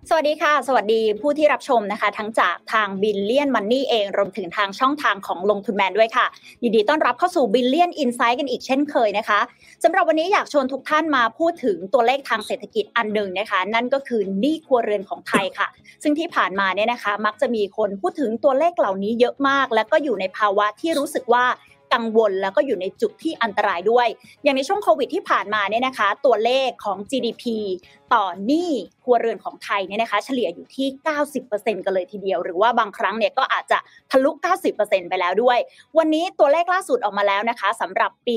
สวัสดีค่ะสวัสดีผู้ที่รับชมนะคะทั้งจากทาง Billion Money เองรวมถึงทางช่องทางของลงทุนแมนด้วยค่ะยินดีต้อนรับเข้าสู่ Billion Insight กันอีกเช่นเคยนะคะสำหรับวันนี้อยากชวนทุกท่านมาพูดถึงตัวเลขทางเศรษฐกิจอันหนึ่งนะคะนั่นก็คือหนี้ครัวเรือนของไทยค่ะซึ่งที่ผ่านมาเนี่ยนะคะมักจะมีคนพูดถึงตัวเลขเหล่านี้เยอะมากและก็อยู่ในภาวะที่รู้สึกว่ากังวลแล้วก็อยู่ในจุดที่อันตรายด้วยอย่างในช่วงโควิดที่ผ่านมาเนี่ยนะคะตัวเลขของ GDP ต่อหนี้ครัวเรือนของไทยเนี่ยนะคะเฉลี่ยอยู่ที่ 90% กันเลยทีเดียวหรือว่าบางครั้งเนี่ยก็อาจจะทะลุ 90% ไปแล้วด้วยวันนี้ตัวเลขล่าสุดออกมาแล้วนะคะสำหรับปี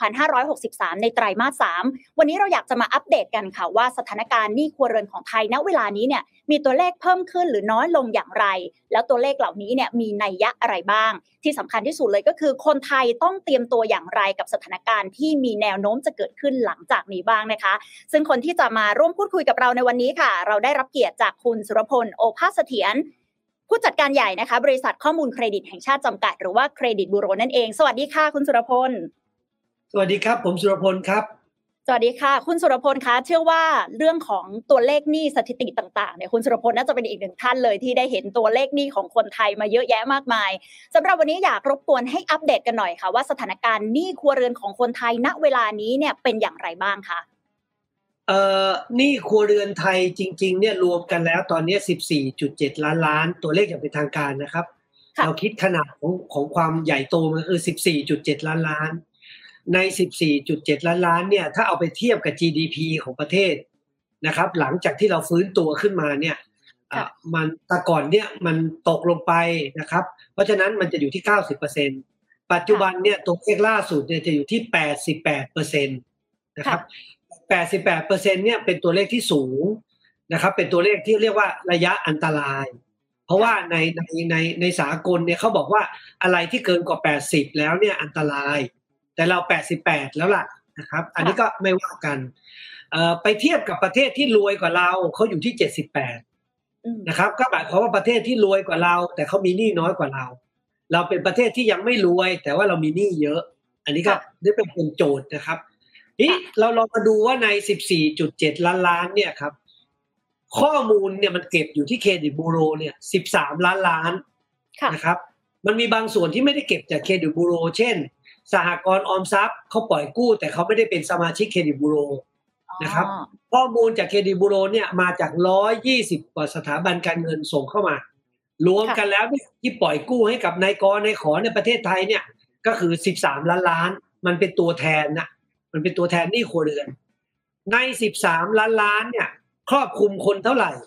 2563 ในไตรมาส 3วันนี้เราอยากจะมาอัปเดตกันค่ะว่าสถานการณ์หนี้ครัวเรือนของไทยณเวลานี้เนี่ยมีตัวเลขเพิ่มขึ้นหรือน้อยลงอย่างไรแล้วตัวเลขเหล่านี้เนี่ยมีนัยยะอะไรบ้างที่สำคัญที่สุดเลยก็คือคนไทยต้องเตรียมตัวอย่างไรกับสถานการณ์ที่มีแนวโน้มจะเกิดขึ้นหลังจากนี้บ้างนะคะซึ่งคนที่จะมาร่วมพูดคุยกับเราในวันนี้ค่ะเราได้รับเกียรติจากคุณสุรพลโอภาสเสถียรผู้จัดการใหญ่นะคะบริษัทข้อมูลเครดิตแห่งชาติจำกัดหรือว่าเครดิตบูโรนั่นเองสวัสดีค่ะคุณสุรพลสวัสดีครับผมสุรพลครับสวัสดีค่ะคุณสุรพลคะเชื่อว่าเรื่องของตัวเลขหนี้สถิติต่างๆเนี่ยคุณสุรพลน่าจะเป็นอีกหนึ่งท่านเลยที่ได้เห็นตัวเลขหนี้ของคนไทยมาเยอะแยะมากมายสำหรับวันนี้อยากรบกวนให้อัปเดตกันหน่อยค่ะว่าสถานการณ์หนี้ครัวเรือนของคนไทยณเวลานี้เนี่ยเป็นอย่างไรบ้างคะหนี้ครัวเรือนไทยจริงๆเนี่ยรวมกันแล้วตอนนี้ 14.7 ล้านล้านตัวเลขอย่างเป็นทางการนะครับเราคิดขนาดของความใหญ่โตมันคือ 14.7 ล้านล้านใน 14.7 ล้านล้านเนี่ยถ้าเอาไปเทียบกับ GDP ของประเทศนะครับหลังจากที่เราฟื้นตัวขึ้นมาเนี่ยมันแต่ก่อนเนี่ยมันตกลงไปนะครับเพราะฉะนั้นมันจะอยู่ที่ 90% ปัจจุบันเนี่ยตัวเลขล่าสุดเนี่ยจะอยู่ที่ 88% นะครับ88%เนี่ยเป็นตัวเลขที่สูงนะครับเป็นตัวเลขที่เรียกว่าระยะอันตรายเพราะว่าในสากลเนี่ยเขาบอกว่าอะไรที่เกินกว่า80แล้วเนี่ยอันตรายแต่เรา88แล้วล่ะนะครับอันนี้ก็ไม่ว่ากันไปเทียบกับประเทศที่รวยกว่าเราเขาอยู่ที่78นะครับก็หมายความว่าประเทศที่รวยกว่าเราแต่เขามีหนี้น้อยกว่าเราเราเป็นประเทศที่ยังไม่รวยแต่ว่าเรามีหนี้เยอะอันนี้ก็ได้เป็นโจทย์นะครับนี่เราลองมาดูว่าใน 14.7 ล้านล้านเนี่ยครับข้อมูลเนี่ยมันเก็บอยู่ที่เครดิตบูโรเนี่ย13ล้านล้านนะครับมันมีบางส่วนที่ไม่ได้เก็บจากเครดิตบูโรเช่นสหกรณ์ออมทรัพย์เขาปล่อยกู้แต่เขาไม่ได้เป็นสมาชิกเครดิตบูโรนะครับข้อมูลจากเครดิตบูโรเนี่ยมาจาก120กว่าสถาบันการเงินส่งเข้ามารวมกันแล้วที่ปล่อยกู้ให้กับนายกนายขอในประเทศไทยเนี่ยก็คือ13ล้านล้านมันเป็นตัวแทนนะมันเป็นตัวแทนหนี้ครัวเรือนใน13ล้านล้านเนี่ยครอบคลุมคนเท่าไหร่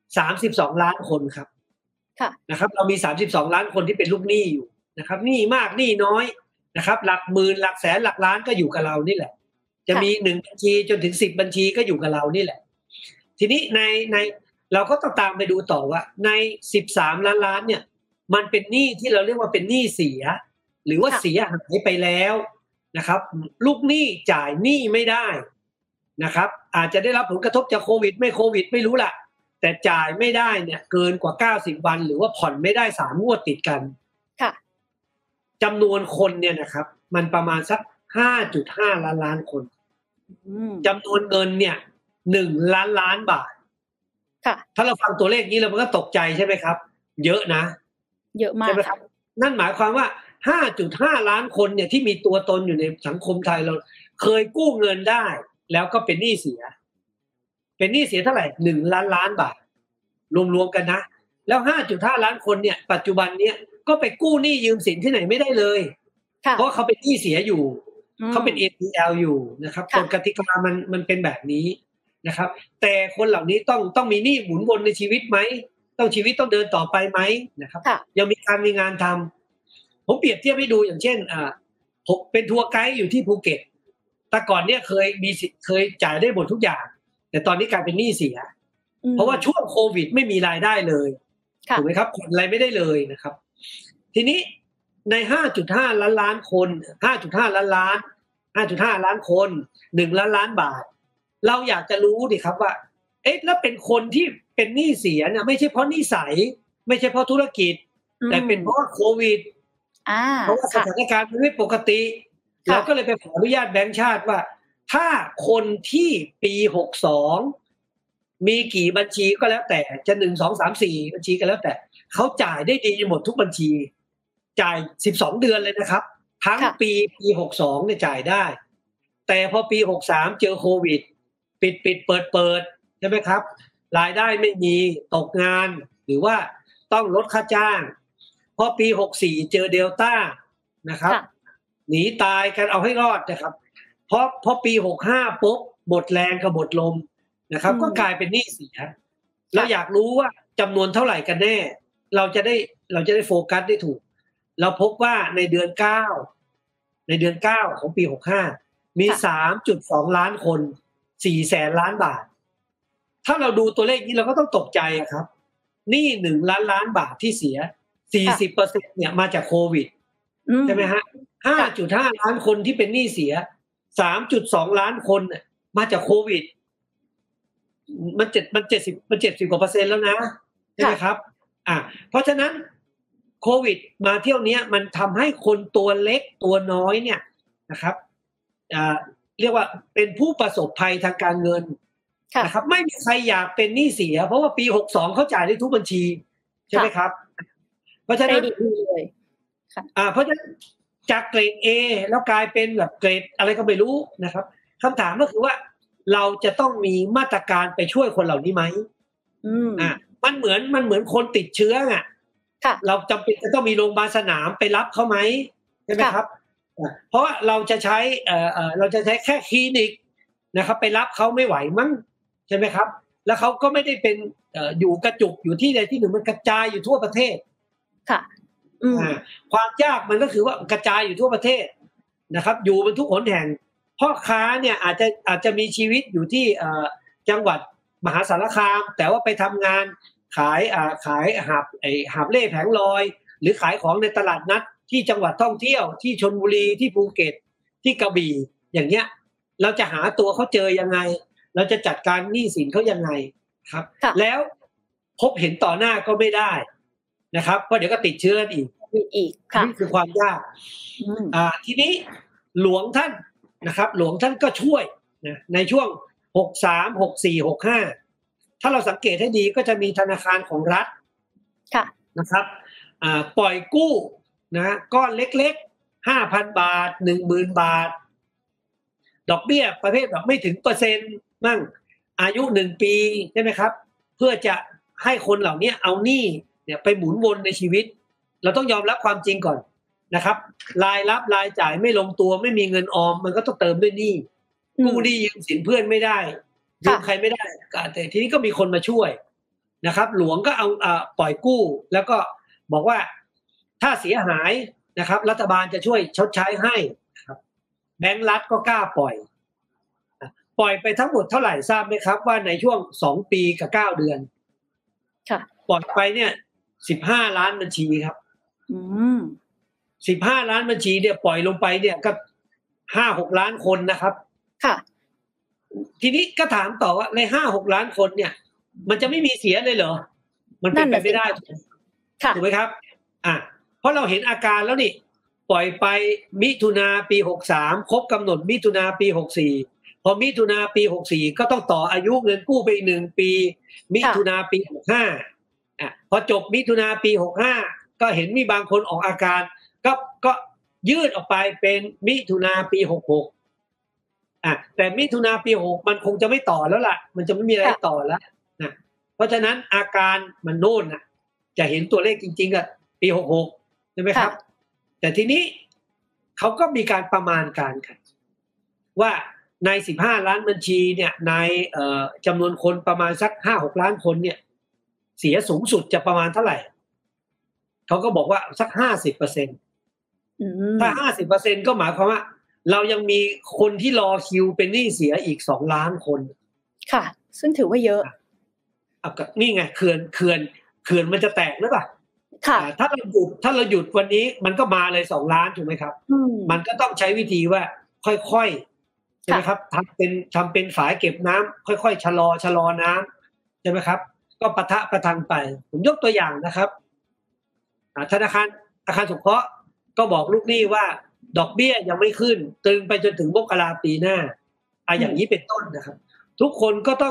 32ล้านคนครับนะครับเรามี32ล้านคนที่เป็นลูกหนี้อยู่นะครับหนี้มากหนี้น้อยนะครับหลักหมื่นหลักแสนหลักล้านก็อยู่กับเรานี่แหละจะมี1บัญชีจนถึง10บัญชีก็อยู่กับเรานี่แหละทีนี้ในเราก็ต้องตามไปดูต่อว่าใน13ล้านล้านเนี่ยมันเป็นหนี้ที่เราเรียกว่าเป็นหนี้เสียหรือว่าเสียหายไปแล้วนะครับลูกหนี้จ่ายหนี้ไม่ได้นะครับอาจจะได้รับผลกระทบจากโควิดไม่รู้ล่ะแต่จ่ายไม่ได้เนี่ยเกินกว่า90วันหรือว่าผ่อนไม่ได้3งวดติดกันจำนวนคนเนี่ยนะครับมันประมาณสัก 5.5 ล้านล้านคนจำนวนเงินเนี่ย1ล้านล้านบาทถ้าเราฟังตัวเลขนี้เราก็ตกใจใช่ไหมครับเยอะนะเยอะมากครับนั่นหมายความว่า 5.5 ล้านคนเนี่ยที่มีตัวตนอยู่ในสังคมไทยเราเคยกู้เงินได้แล้วก็เป็นหนี้เสียเท่าไหร่1ล้านล้านบาทรวมๆกันนะแล้ว 5.5 ล้านคนเนี่ยปัจจุบันเนี่ยก็ไปกู้หนี้ยืมสินที่ไหนไม่ได้เลยเพราะเขาเป็นหนี้เสียอยู่เขาเป็น NPL อยู่นะครับกฎกติกามันเป็นแบบนี้นะครับแต่คนเหล่านี้ต้องมีหนี้หมุนวนในชีวิตไหมชีวิตต้องเดินต่อไปไหมนะครับยังมีงานทำผมเปรียบเทียบให้ดูอย่างเช่นผมเป็นทัวร์ไกด์อยู่ที่ภูเก็ตแต่ก่อนเนี่ยเคยจ่ายได้หมดทุกอย่างแต่ตอนนี้กลายเป็นหนี้เสียเพราะว่าช่วงโควิดไม่มีรายได้เลยถูกไหมครับคนอะไรไม่ได้เลยนะครับทีนี้ใน 5.5 ล้านล้านคน 5.5 ล้านล้าน 5.5 ล้านคน1ล้านล้านบาทเราอยากจะรู้ดิครับว่าแล้วเป็นคนที่เป็นหนี้เสียเนี่ยไม่ใช่เพราะนิสัยไม่ใช่เพราะธุรกิจแต่เป็นเพราะว่าโควิดเพราะว่าสถานการณ์มันไม่ปกติเราก็เลยไปขออนุญาตแบงก์ชาติว่าถ้าคนที่ปี62 มีกี่บัญชีก็แล้วแต่จะ1 2 3 4บัญชีก็แล้วแต่เขาจ่ายได้ดีหมดทุกบัญชีจ่าย12เดือนเลยนะครับทั้งปี62เนี่ยจ่ายได้แต่พอปี63เจอโควิดปิดเปิดใช่ไหมครับรายได้ไม่มีตกงานหรือว่าต้องลดค่าจ้างพอปี64เจอเดลต้านะครับหนีตายกันเอาให้รอดนะครับเพราะปี65ปุ๊บหมดแรงกับหมดลมนะครับก็กลายเป็นหนี้เสียเราอยากรู้ว่าจำนวนเท่าไหร่กันแน่เราจะได้โฟกัสได้ถูกเราพบว่าในเดือน9ของปี65มี 3.2 ล้านคน4 แสนล้านบาทถ้าเราดูตัวเลขนี้เราก็ต้องตกใจครับหนี้1 ล้านบาทที่เสีย 40% เนี่ยมาจากโควิดใช่ไหมฮะ 5.5 ล้านคนที่เป็นหนี้เสีย 3.2 ล้านคนมาจากโควิดมัน70กว่า%แล้วนะใช่ไหมครับเพราะฉะนั้นโควิดมาเที่ยวนี้มันทำให้คนตัวเล็กตัวน้อยเนี่ยนะครับเรียกว่าเป็นผู้ประสบภัยทางการเงินนะครับไม่มีใครอยากเป็นหนี้เสียเพราะว่าปี62เขาจ่ายได้ทุกบัญชีใช่ไหมครับเพราะฉะนั้นเพราะฉะนั้นจากเกรด A แล้วกลายเป็นแบบเกรดอะไรก็ไม่รู้นะครับคำถามก็คือว่าเราจะต้องมีมาตรการไปช่วยคนเหล่านี้ไหมมันเหมือนคนติดเชื้อเราจำเป็นจะต้องมีโรงพยาบาลสนามไปรับเขาไหมใช่ไหมครับเพราะเราจะใช้แค่คลินิกนะครับไปรับเขาไม่ไหวมั้งใช่ไหมครับแล้วเขาก็ไม่ได้เป็นอยู่กระจุกอยู่ที่ใดที่หนึ่งมันกระจายอยู่ทั่วประเทศค่ะความยากมันก็คือว่ากระจายอยู่ทั่วประเทศนะครับอยู่บนทุกหนแห่งพ่อค้าเนี่ยอาจจะมีชีวิตอยู่ที่จังหวัดมหาสารคามแต่ว่าไปทำงานขายหาบเล่แผงลอยหรือขายของในตลาดนัดที่จังหวัดท่องเที่ยวที่ชลบุรีที่ภูเก็ตที่กระบี่อย่างเงี้ยเราจะหาตัวเขาเจอยังไงเราจะจัดการหนี้สินเขายังไงครับแล้วพบเห็นต่อหน้าก็ไม่ได้นะครับเพราะเดี๋ยวก็ติดเชื้ออีกนี่คือความยากทีนี้หลวงท่านนะครับหลวงท่านก็ช่วยนะในช่วง63 64 65ถ้าเราสังเกตให้ดีก็จะมีธนาคารของรัฐนะครับปล่อยกู้นะก้อนเล็กๆ 5,000 บาท 10,000 บาทดอกเบี้ยประเภทแบบไม่ถึงเปอร์เซ็นต์มั่งอายุ1 ปีใช่ไหมครับเพื่อจะให้คนเหล่านี้เอาหนี้เนี่ยไปหมุนวนในชีวิตเราต้องยอมรับความจริงก่อนนะครับรายรับรายจ่ายไม่ลงตัวไม่มีเงินออมมันก็ต้องเติมด้วยหนี้กู้หนี้ยืมสินเพื่อนไม่ได้ยืมใครไม่ได้แต่ทีนี้ก็มีคนมาช่วยนะครับหลวงก็เอาปล่อยกู้แล้วก็บอกว่าถ้าเสียหายนะครับรัฐบาลจะช่วยชดใช้ให้ครับแบงก์รัฐก็กล้าปล่อยไปทั้งหมดเท่าไหร่ทราบไหมครับว่าในช่วง2 ปีกับ9 เดือนปล่อยไปเนี่ย15 ล้านบัญชีครับ15 ล้านบัญชีเนี่ยปล่อยลงไปเนี่ยก็5-6 ล้านคนนะครับทีนี้ก็ถามต่อว่าใน5-6 ล้านคนเนี่ยมันจะไม่มีเสียเลยเหรอมันเป็นไปไม่ได้ถูกไหมครับเพราะเราเห็นอาการแล้วนี่ปล่อยไปมิถุนาปี63ครบกำหนดมิถุนาปี64พอมิถุนาปี64ก็ต้องต่ออายุเงินกู้ไป1 ปีมิถุนาปี65พอจบมิถุนาปี65ก็เห็นมีบางคนออกอาการก็ยืดออกไปเป็นมิถุนาปี66แต่มิถุนาปี6มันคงจะไม่ต่อแล้วล่ะมันจะไม่มีอะไรต่อแล้วนะเพราะฉะนั้นอาการมันโน่นจะเห็นตัวเลขจริงๆปี66ใช่ไหมครับแต่ทีนี้เขาก็มีการประมาณการกันว่าใน15 ล้านบัญชีเนี่ยในจำนวนคนประมาณสัก 5-6 ล้านคนเนี่ยเสียสูงสุดจะประมาณเท่าไหร่เขาก็บอกว่าสัก 50% ถ้า 50% ก็หมายความว่าเรายังมีคนที่รอคิวเป็นหนี้เสียอีก2 ล้านคนค่ะซึ่งถือว่าเยอะนี่ไงเขื่อนมันจะแตกหรือเปล่าถ้าเราหยุดวันนี้มันก็มาเลย2 ล้านถูกไหมครับมันก็ต้องใช้วิธีว่าค่อยๆใช่ไหมครับทำเป็นฝายเก็บน้ำค่อยๆชะลอน้ำใช่ไหมครับก็ปะทะประทังไปผมยกตัวอย่างนะครับธนาคารอาคารสงเคราะห์ก็บอกลูกหนี้ว่าดอกเบี้ยยังไม่ขึ้นตึงไปจนถึงมกราปีหน้าอย่างนี้เป็นต้นนะครับทุกคนก็ต้อง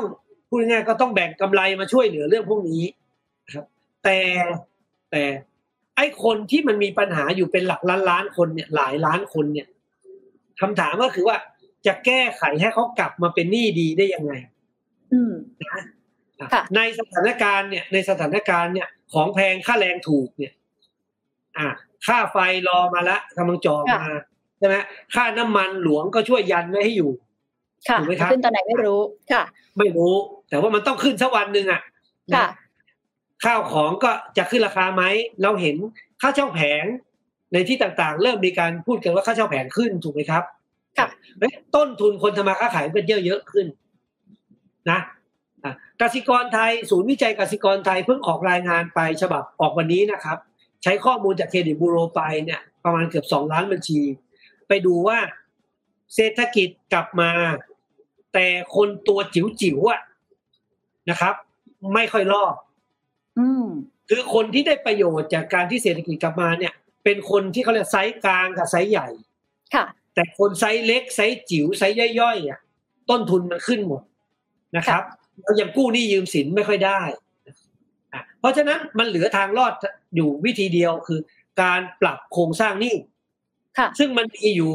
พูดง่ายๆก็ต้องแบ่งกำไรมาช่วยเหลือเรื่องพวกนี้นะครับแต่ไอ้คนที่มันมีปัญหาอยู่เป็นหลักล้านคนเนี่ยหลายล้านคนเนี่ยคำถามก็คือว่าจะแก้ไขให้เขากลับมาเป็นหนี้ดีได้ยังไงนะในสถานการณ์เนี่ยของแพงค่าแรงถูกเนี่ยค่าไฟรอมาละกำลังจ่อมาใช่ไหมค่าน้ำมันหลวงก็ช่วยยันไว้ให้อยู่ถูกไหมครับขึ้นตอนไหนไม่รู้ค่ะไม่รู้แต่ว่ามันต้องขึ้นสักวันหนึ่งค่ะข้าวของก็จะขึ้นราคาไหมเราเห็นค่าเช่าแผงในที่ต่างๆเริ่มมีการพูดกันว่าค่าเช่าแผงขึ้นถูกไหมครับค่ะต้นทุนคนทำมาค้าขายเป็นเยอะขึ้นนะกสิกรไทยศูนย์วิจัยกสิกรไทยเพิ่งออกรายงานไปฉบับออกวันนี้นะครับใช้ข้อมูลจากเครดิตบูโรไปเนี่ยประมาณเกือบ2 ล้านบัญชีไปดูว่าเศรษฐกิจกลับมาแต่คนตัวจิ๋วๆนะครับไม่ค่อยรอดคือคนที่ได้ประโยชน์จากการที่เศรษฐกิจกลับมาเนี่ยเป็นคนที่เขาเรียกไซส์กลางกับไซส์ใหญ่ค่ะแต่คนไซส์เล็กไซส์จิ๋วไซส์ย่อยๆต้นทุนมันขึ้นหมดนะครับเรายังกู้หนี้ยืมสินไม่ค่อยได้เพราะฉะนั้นมันเหลือทางรอดอยู่วิธีเดียวคือการปรับโครงสร้างหนี้ซึ่งมันมีอยู่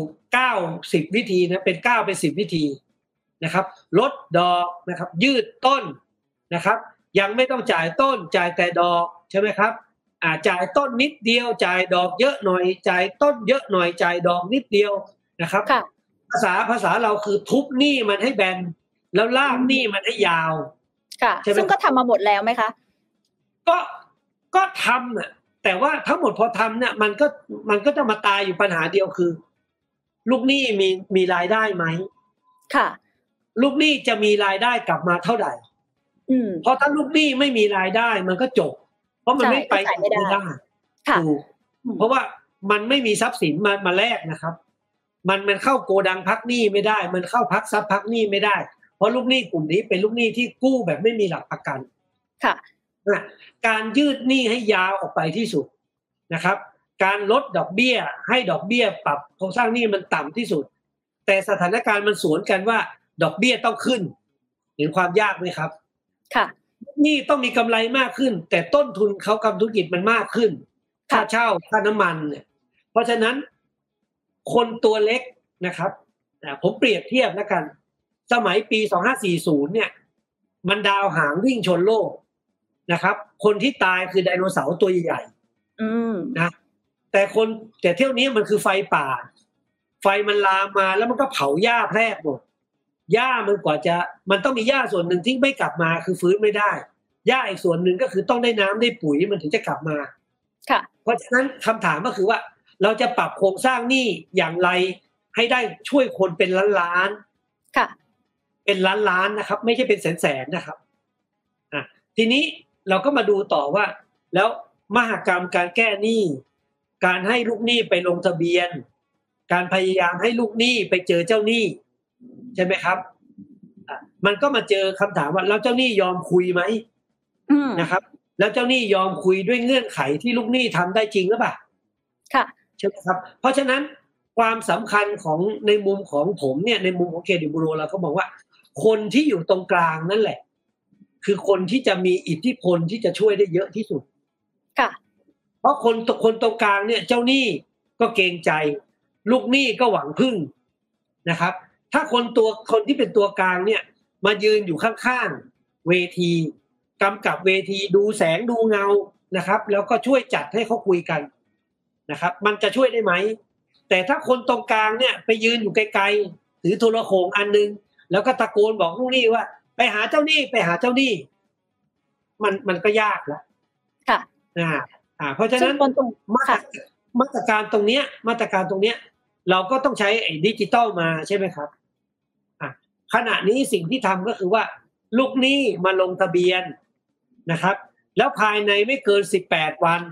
90วิธีนะเป็น9เป็น10วิธีนะครับลดดอกนะครับยืดต้นนะครับยังไม่ต้องจ่ายต้นจ่ายแต่ดอกใช่ไหมครับจ่ายต้นนิดเดียวจ่ายดอกเยอะหน่อยจ่ายต้นเยอะหน่อยจ่ายดอกนิดเดียวนะครับภาษาเราคือทุบหนี้มันให้แบนแล้วลากหนี้มันให้ยาวค่ะซึ่งก็ทำมาหมดแล้วไหมคะก็ทำแต่ว่าทั้งหมดพอทำเนี่ยมันก็จะมาตายอยู่ปัญหาเดียวคือลูกหนี้มีรายได้ไหมค่ะลูกหนี้จะมีรายได้กลับมาเท่าไหร่เพราะถ้าลูกหนี้ไม่มีรายได้มันก็จบเพราะมันไม่ไปไม่ได้ถูกเพราะว่ามันไม่มีทรัพย์สินมาแลกนะครับมันเข้าโกดังพักหนี้ไม่ได้มันเข้าพักทรัพย์พักหนี้ไม่ได้เพราะลูกหนี้กลุ่มนี้เป็นลูกหนี้ที่กู้แบบไม่มีหลักประกันค่ะการยืดหนี้ให้ยาวออกไปที่สุดนะครับการลดดอกเบี้ยให้ดอกเบี้ยปรับโครงสร้างหนี้มันต่ำที่สุดแต่สถานการณ์มันสวนกันว่าดอกเบี้ยต้องขึ้นเห็นความยากไหมครับค่ะนี่ต้องมีกำไรมากขึ้นแต่ต้นทุนเขาทำธุรกิจมันมากขึ้นค่าเช่าค่าน้ำมันเนี่ยเพราะฉะนั้นคนตัวเล็กนะครับผมเปรียบเทียบแล้วกันสมัยปี2540เนี่ยมันดาวหางวิ่งชนโลกนะครับคนที่ตายคือไดโนเสาร์ตัวใหญ่ๆนะแต่เที่ยวนี้มันคือไฟป่าไฟมันลามมาแล้วมันก็เผาหญ้าแพรกหมดหญ้ามันต้องมีหญ้าส่วนหนึ่งที่ไม่กลับมาคือฟื้นไม่ได้หญ้าอีกส่วนหนึ่งก็คือต้องได้น้ำได้ปุ๋ยมันถึงจะกลับมาค่ะเพราะฉะนั้นคำถามก็คือว่าเราจะปรับโครงสร้างหนี้อย่างไรให้ได้ช่วยคนเป็นล้านๆค่ะเป็นล้านนะครับไม่ใช่เป็นแสนนะครับทีนี้เราก็มาดูต่อว่าแล้วมหกรรมการแก้หนี้การให้ลูกหนี้ไปลงทะเบียนการพยายามให้ลูกหนี้ไปเจอเจ้าหนี้ใช่ไหมครับมันก็มาเจอคำถามว่าแล้วเจ้าหนี้ยอมคุยไหมนะครับแล้วเจ้าหนี้ยอมคุยด้วยเงื่อนไขที่ลูกหนี้ทำได้จริงหรือเปล่าค่ะใช่ไหมครับเพราะฉะนั้นความสำคัญของในมุมของผมเนี่ยในมุมของเครดิตบูโรเราก็บอกว่าคนที่อยู่ตรงกลางนั่นแหละคือคนที่จะมีอิทธิพลที่จะช่วยได้เยอะที่สุดค่ะเพราะคนตรงกลางเนี่ยเจ้าหนี้ก็เกรงใจลูกหนี้ก็หวังพึ่งนะครับถ้าคนที่เป็นตัวกลางเนี่ยมายืนอยู่ข้างๆเวทีกำกับเวทีดูแสงดูเงานะครับแล้วก็ช่วยจัดให้เขาคุยกันนะครับมันจะช่วยได้ไหมแต่ถ้าคนตรงกลางเนี่ยไปยืนอยู่ไกลๆถือโทรโข่งอันนึงแล้วก็ตะโกนบอกลูกหนี้ว่าไปหาเจ้าหนี้ไปหาเจ้าหนี้มันก็ยากแล้วค่ะเพราะฉะนั้นมาตรการตรงเนี้ยเราก็ต้องใช้ไอ้ดิจิตอลมาใช่ไหมครับขณะนี้สิ่งที่ทำก็คือว่าลูกหนี้มาลงทะเบียนนะครับแล้วภายในไม่เกิน18วัน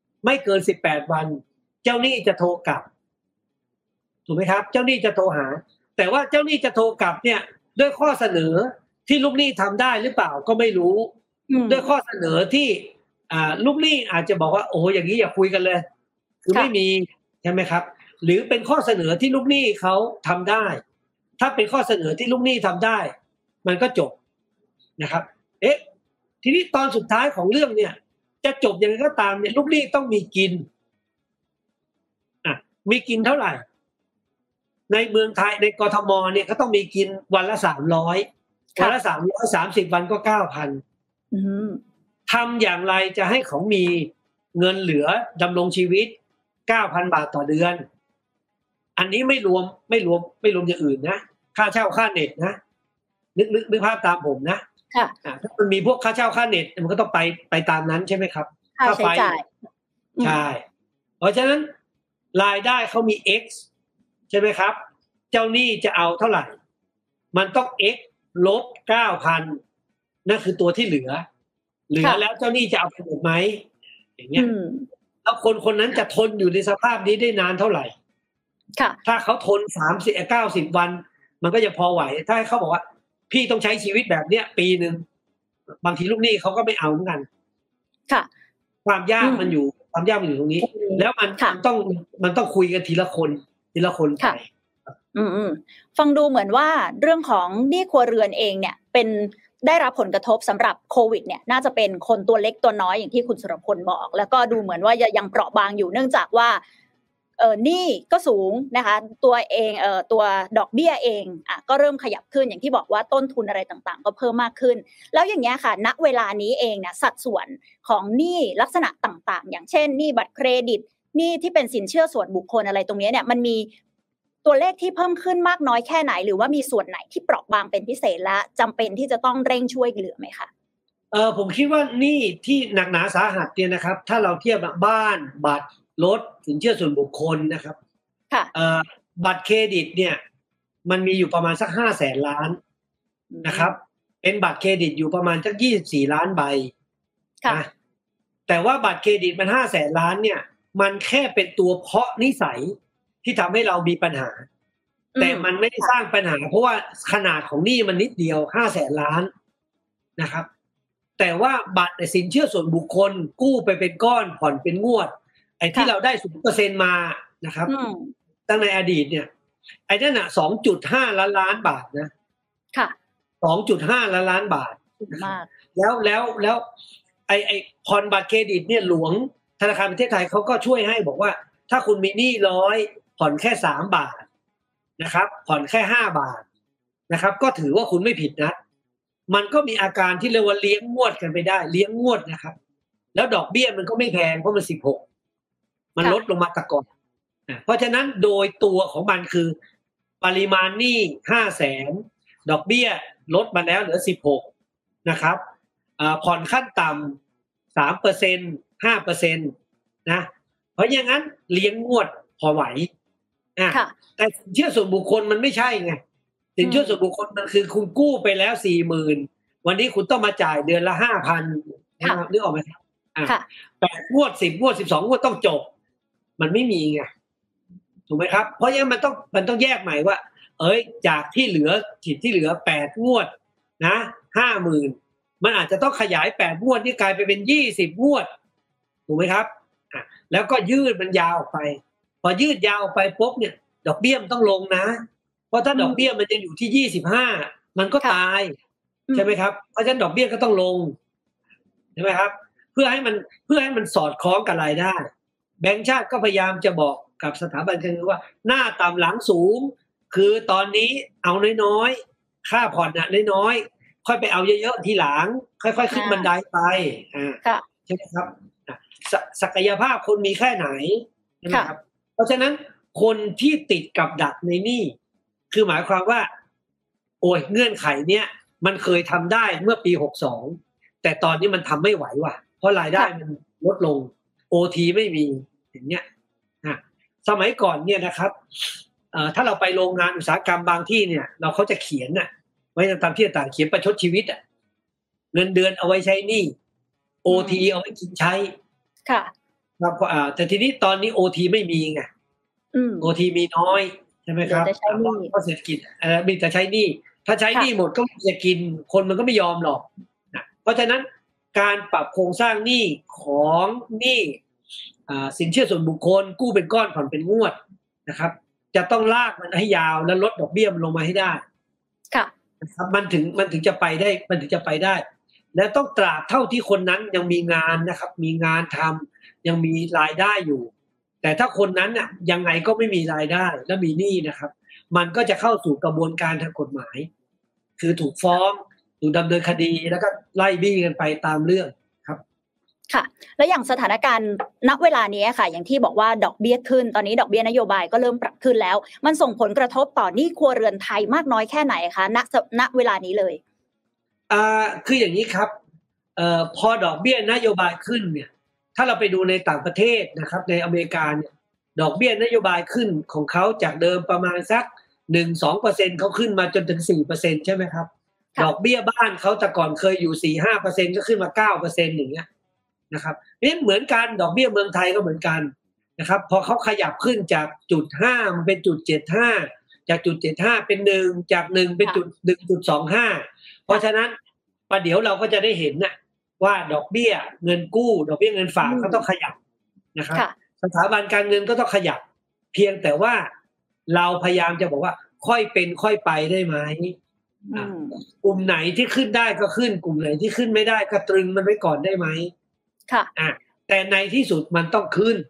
เจ้าหนี้จะโทรกลับถูกไหมครับเจ้าหนี้จะโทรหาแต่ว่าเจ้าหนี้จะโทรกลับเนี่ยด้วยข้อเสนอที่ลูกหนี้ทำได้หรือเปล่าก็ไม่รู้ด้วยข้อเสนอที่ลูกหนี้อาจจะบอกว่าโอ้อย่างนี้อย่าคุยกันเลยคือไม่มีใช่ไหมครับหรือเป็นข้อเสนอที่ลูกหนี้เขาทำได้ถ้าเป็นข้อเสนอที่ลูกหนี้ทำได้มันก็จบนะครับทีนี้ตอนสุดท้ายของเรื่องเนี่ยจะจบยังไงก็ตามเนี่ยลูกหนี้ต้องมีกินมีกินเท่าไหร่ในเมืองไทยในกทมเนี่ยก็ต้องมีกินวันละ300วันละ330วันก็9,000ทำอย่างไรจะให้เขามีเงินเหลือดำรงชีวิต 9,000 บาทต่อเดือนอันนี้ไม่รวมอย่างอื่นนะค่าเช่าค่าเน็ตนะนึกภาพตามผมนะถ้ามันมีพวกค่าเช่าค่าเน็ตมันก็ต้องไปตามนั้นใช่ไหมครับค่าใช้จ่ายใช่เพราะฉะนั้นรายได้เขามี X ใช่ไหมครับเจ้าหนี้จะเอาเท่าไหร่มันต้อง X ลบ 9,000 นั่นคือตัวที่เหลือแล้วเจ้าหนี้จะเอาไปหมดไหมอย่างเงี้ยแล้วคนนั้นจะทนอยู่ในสภาพนี้ได้นานเท่าไหร่ถ้าเขาทน90 วันมันก็จะพอไหวถ้าเขาบอกว่าพี่ต้องใช้ชีวิตแบบเนี้ยปีนึงบางทีลูกหนี้เขาก็ไม่เอาเหมือนกันความยากมันอยู่ตรงนี้แล้วมันต้องคุยกันทีละคนไปฟังดูเหมือนว่าเรื่องของหนี้ครัวเรือนเองเนี่ยเป็นได้รับผลกระทบสำหรับโควิดเนี่ยน่าจะเป็นคนตัวเล็กตัวน้อยอย่างที่คุณสุรพลบอกแล้วก็ดูเหมือนว่ายังเปราะบางอยู่เนื่องจากว่าหนี้ก็สูงนะคะตัวดอกเบี้ยเองก็เริ่มขยับขึ้นอย่างที่บอกว่าต้นทุนอะไรต่างๆก็เพิ่มมากขึ้นแล้วอย่างเงี้ยค่ะณเวลานี้เองเนี่ยสัดส่วนของหนี้ลักษณะต่างๆอย่างเช่นหนี้บัตรเครดิตหนี้ที่เป็นสินเชื่อส่วนบุคคลอะไรตรงนี้เนี่ยมันมีตัวเลขที่เพิ่มขึ้นมากน้อยแค่ไหนหรือว่ามีส่วนไหนที่เปราะบางเป็นพิเศษและจำเป็นที่จะต้องเร่งช่วยเหลือไหมคะผมคิดว่าหนี้ที่หนักหนาสาหัสเนี่ยนะครับถ้าเราเทียบบ้านบัตรรถสินเชื่อส่วนบุคคลนะครับบัตรเครดิตเนี่ยมันมีอยู่ประมาณสัก500,000 ล้านนะครับเป็นบัตรเครดิตอยู่ประมาณสัก24 ล้านใบนะแต่ว่าบัตรเครดิตมัน500,000 ล้านเนี่ยมันแค่เป็นตัวเพาะนิสัยที่ทำให้เรามีปัญหาแต่มันไม่ได้สร้างปัญหาเพราะว่าขนาดของหนี้มันนิดเดียว500,000 ล้านนะครับแต่ว่าบัตรสินเชื่อส่วนบุคคลกู้ไปเป็นก้อนผ่อนเป็นงวดไอ้ที่เราได้ 0% มานะครับตั้งในอดีตเนี่ยไอ้นั่นน่ะ 2.5 ล้านบาทนะค่ะ 2.5 ล้านบาทมากแล้วไอ้ผ่อนบัตรเครดิตเนี่ยหลวงธนาคารประเทศไทยเขาก็ช่วยให้บอกว่าถ้าคุณมีหนี้100ผ่อนแค่3 บาทนะครับผ่อนแค่5 บาทนะครับก็ถือว่าคุณไม่ผิดนะมันก็มีอาการที่เรียกว่าเลี้ยงงวดกันไปได้เลี้ยงงวดนะครับแล้วดอกเบี้ยมันก็ไม่แพงเพราะมัน16มันลดลงมาแต่ก่อนเพราะฉะนั้นโดยตัวของมันคือปริมาณหนี้500,000ดอกเบี้ยลดมาแล้วเหลือ16นะครับผ่อนขั้นต่ำ 3% 5% นะเพราะอย่างนั้นเลี้ยงงวดพอไหวแต่สินเชื่อส่วนบุคคลมันไม่ใช่ไงสินเชื่อส่วนบุคคลมันคือคุณกู้ไปแล้ว 40,000 วันนี้คุณต้องมาจ่ายเดือนละ 5,000 นึกออกไหมครับ8 งวด 10 งวด 12 งวดต้องจบมันไม่มีไงถูกไหมครับเพราะงั้นมันต้องแยกใหม่ว่าจากที่เหลือ8 งวดนะ 50,000 มันอาจจะต้องขยาย8 งวดนี่กลายไปเป็น20 งวดถูกไหมครับแล้วก็ยืดมันยาวออกไปพอยืดยาวออกไปปุ๊บเนี่ยดอกเบี้ยมันต้องลงนะเพราะถ้าดอกเบี้ยมันจะอยู่ที่25มันก็ตายใช่ไหมครับเพราะฉะนั้นดอกเบี้ยก็ต้องลงใช่ไหมครับเพื่อให้มันสอดคล้องกับรายได้แบงก์ชาติก็พยายามจะบอกกับสถาบันการเงินว่าหน้าต่ำหลังสูงคือตอนนี้เอาน้อยๆค่าผ่อนน้อยๆค่อยไปเอาเยอะๆทีหลังค่อยๆขึ้นบันไดไปใช่ไหมครับศักยภาพคนมีแค่ไหนใช่ไหมครับเพราะฉะนั้นคนที่ติดกับดักในหนี้คือหมายความว่าเงื่อนไขเนี้ยมันเคยทำได้เมื่อปี62แต่ตอนนี้มันทำไม่ไหวว่ะเพราะรายได้มันลดลงOT ไม่มีอย่างเงี้ยสมัยก่อนเนี่ยนะครับถ้าเราไปโรงงานอุตสาหกรรมบางที่เนี่ยเขาจะเขียนไว้ตามที่ต่างเขียนประชดชีวิตเงินเดือนเอาไว้ใช้หนี้ OT เอาไว้กินใช้ค่ะครับแต่ทีนี้ตอนนี้ OT ไม่มีไงOT มีน้อยใช่ไหมครับเพราะเศรษฐกิจมีแต่ใช้หนี้ถ้าใช้หนี้หมดก็จะกินคนมันก็ไม่ยอมหรอกเพราะฉะนั้นการปรับโครงสร้างหนี้ของหนี้สินเชื่อส่วนบุคคลกู้เป็นก้อนผ่อนเป็นงวดนะครับจะต้องลากมันให้ยาวและลดดอกเบี้ยมันลงมาให้ได้ค่ะนะครับมันถึงจะไปได้และต้องตราบเท่าที่คนนั้นยังมีงานนะครับมีงานทำยังมีรายได้อยู่แต่ถ้าคนนั้นน่ะยังไงก็ไม่มีรายได้และมีหนี้นะครับมันก็จะเข้าสู่กระบวนการทางกฎหมายคือถูกฟ้องถูกดำเนินคดีแล้วก็ไล่บี้กันไปตามเรื่องครับค่ะและอย่างสถานการณ์ณเวลานี้ค่ะอย่างที่บอกว่าดอกเบี้ยขึ้นตอนนี้ดอกเบี้ยนโยบายก็เริ่มปรับขึ้นแล้วมันส่งผลกระทบต่อหนี้ครัวเรือนไทยมากน้อยแค่ไหนคะณเวลานี้เลยคืออย่างนี้ครับพอดอกเบี้ยนโยบายขึ้นเนี่ยถ้าเราไปดูในต่างประเทศนะครับในอเมริกาเนี่ยดอกเบี้ยนโยบายขึ้นของเขาจากเดิมประมาณสัก 1-2% เขาขึ้นมาจนถึง 4% ใช่ไหมครับดอกเบี้ยบ้านเขาแต่ก่อนเคยอยู่ 4-5% ก็ขึ้นมา 9% อย่างเงี้ยนะครับนี่เหมือนกันดอกเบี้ยเมืองไทยก็เหมือนกันนะครับพอเขาขยับขึ้นจาก 0.5 มันเป็น 0.75 จาก 0.75 เป็น 1 จาก 1 เป็น 1.25 เพราะฉะนั้นประเดี๋ยวเราก็จะได้เห็นนะว่าดอกเบี้ยเงินกู้ดอกเบี้ยเงินฝากก็ต้องขยับนะครับสถาบันการเงินก็ต้องขยับเพียงแต่ว่าเราพยายามจะบอกว่าค่อยเป็นค่อยไปได้ไหมกลุ่มไหนที่ขึ้นได้ก็ขึ้นกลุ่มไหนที่ขึ้นไม่ได้ก็ตรึงมันไว้ก่อนได้ไหมค่ะแต่ในที่สุดมันต้องขึ้น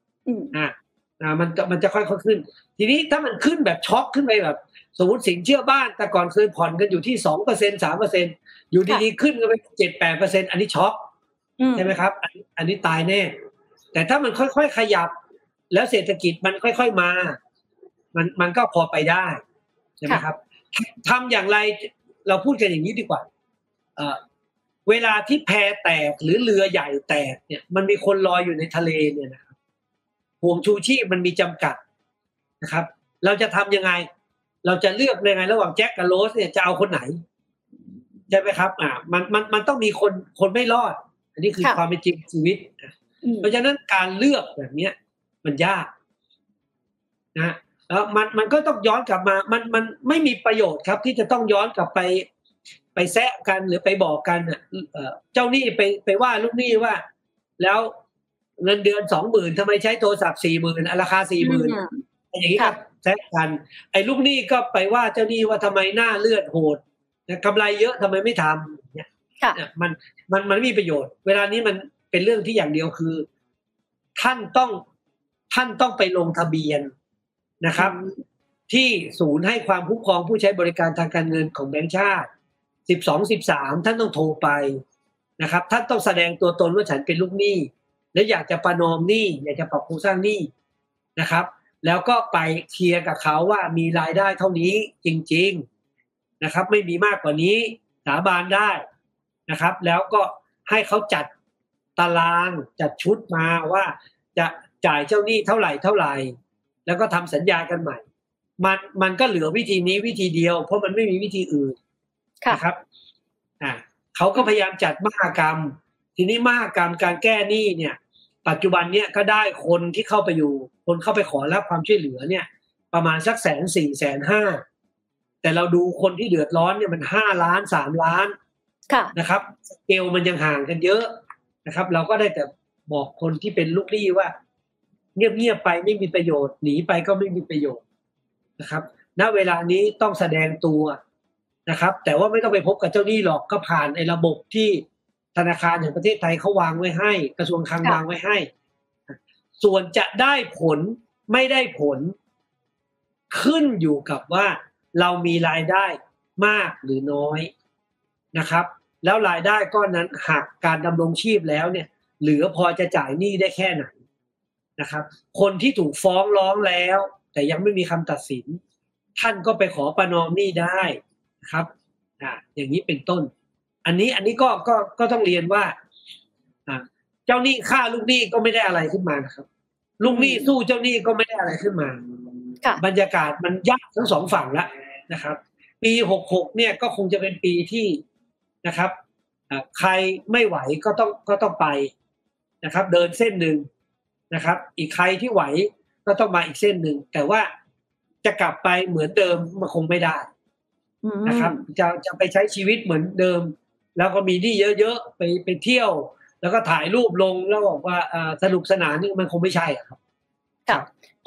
มันจะค่อยๆขึ้นทีนี้ถ้ามันขึ้นแบบช็อคขึ้นไปแบบสมมติสินเชื่อบ้านแต่ก่อนเคยผ่อนกันอยู่ที่ 2% 3% อยู่ดีๆขึ้นกันไป 7-8% อันนี้ช็อคใช่ไหมครับอันนี้ตายแน่แต่ถ้ามันค่อยๆขยับแล้วเศรษฐกิจมันค่อยๆมามันก็พอไปได้ใช่ไหมครับทำอย่างไรเราพูดกันอย่างนี้ดีกว่าเวลาที่แพแตกหรือเรือใหญ่แตกเนี่ยมันมีคนลอยอยู่ในทะเลเนี่ยนะครับห่วงชูชีพมันมีจำกัดนะครับเราจะทำยังไงเราจะเลือกยังไงระหว่างแจ็คกับโรสเนี่ยจะเอาคนไหนใช่ไหมครับมันต้องมีคนไม่รอดอันนี้คือความเป็นจริงชีวิตเพราะฉะนั้นการเลือกแบบนี้มันยากนะแล้วมันก็ต้องย้อนกลับมามันไม่มีประโยชน์ครับที่จะต้องย้อนกลับไปแซะกันหรือไปบอกกันเจ้าหนี้ไปว่าลูกหนี้ว่าแล้วเงินเดือน 20,000 ทำไมใช้โทรศัพท์ 40,000 ราคา 40,000 อย่างนี้ครับแซะกันไอ้ลูกหนี้ก็ไปว่าเจ้าหนี้ว่าทำไมหน้าเลือดโหดกำไรเยอะทำไมไม่ทำเนี่ยมันไม่มีประโยชน์เวลานี้มันเป็นเรื่องที่อย่างเดียวคือท่านต้องไปลงทะเบียนนะครับที่ศูนย์ให้ความคุ้มครองผู้ใช้บริการทางการเงินของแบงก์ชาติ12-13ท่านต้องโทรไปนะครับท่านต้องแสดงตัวตนว่าฉันเป็นลูกหนี้และอยากจะประนอมหนี้อยากจะปรับโครงสร้างหนี้นะครับแล้วก็ไปเคลียร์กับเขาว่ามีรายได้เท่านี้จริงๆนะครับไม่มีมากกว่านี้สาบานได้นะครับแล้วก็ให้เขาจัดตารางจัดชุดมาว่าจะจ่ายเจ้าหนี้เท่าไหร่แล้วก็ทำสัญญากันใหม่มันก็เหลือวิธีนี้วิธีเดียวเพราะมันไม่มีวิธีอื่นนะครับเขาก็พยายามจัดมหกรรมทีนี้มหกรรมการแก้หนี้เนี่ยปัจจุบันเนี่ยก็ได้คนที่เข้าไปอยู่คนเข้าไปขอรับความช่วยเหลือเนี่ยประมาณสัก140,000 150,000แต่เราดูคนที่เดือดร้อนเนี่ยมัน5 ล้าน3 ล้านนะครับสเกลมันยังห่างกันเยอะนะครับเราก็ได้แต่บอกคนที่เป็นลูกหนี้ว่าเงียบๆไปไม่มีประโยชน์หนีไปก็ไม่มีประโยชน์นะครับณเวลานี้ต้องแสดงตัวนะครับแต่ว่าไม่ต้องไปพบกับเจ้าหนี้หรอกก็ผ่านไอ้ระบบที่ธนาคารแห่งประเทศไทยเขาวางไว้ให้กระทรวงคลังวางไว้ให้ส่วนจะได้ผลไม่ได้ผลขึ้นอยู่กับว่าเรามีรายได้มากหรือน้อยนะครับแล้วรายได้ก้อนนั้นหักการดำรงชีพแล้วเนี่ยเหลือพอจะจ่ายหนี้ได้แค่ไหนนะครับคนที่ถูกฟ้องร้องแล้วแต่ยังไม่มีคำตัดสินท่านก็ไปขอประนอมหนี้ได้นะครับอย่างนี้เป็นต้นอันนี้ก็ต้องเรียนว่าเจ้าหนี้ฆ่าลูกหนี้ก็ไม่ได้อะไรขึ้นมานะครับลูกหนี้สู้เจ้าหนี้ก็ไม่ได้อะไรขึ้นมาบรรยากาศมันยับทั้งสองฝั่งแล้วนะครับปี66เนี่ยก็คงจะเป็นปีที่นะครับใครไม่ไหวก็ต้องไปนะครับเดินเส้นหนึ่งนะครับอีกใครที่ไหวก็ต้องมาอีกเส้นหนึ่งแต่ว่าจะกลับไปเหมือนเดิมมันคงไม่ได้นะครับจะไปใช้ชีวิตเหมือนเดิมแล้วก็มีหนี้เยอะๆไปเที่ยวแล้วก็ถ่ายรูปลงแล้วบอกว่าสนุกสนานนี่มันคงไม่ใช่ครับค่ะ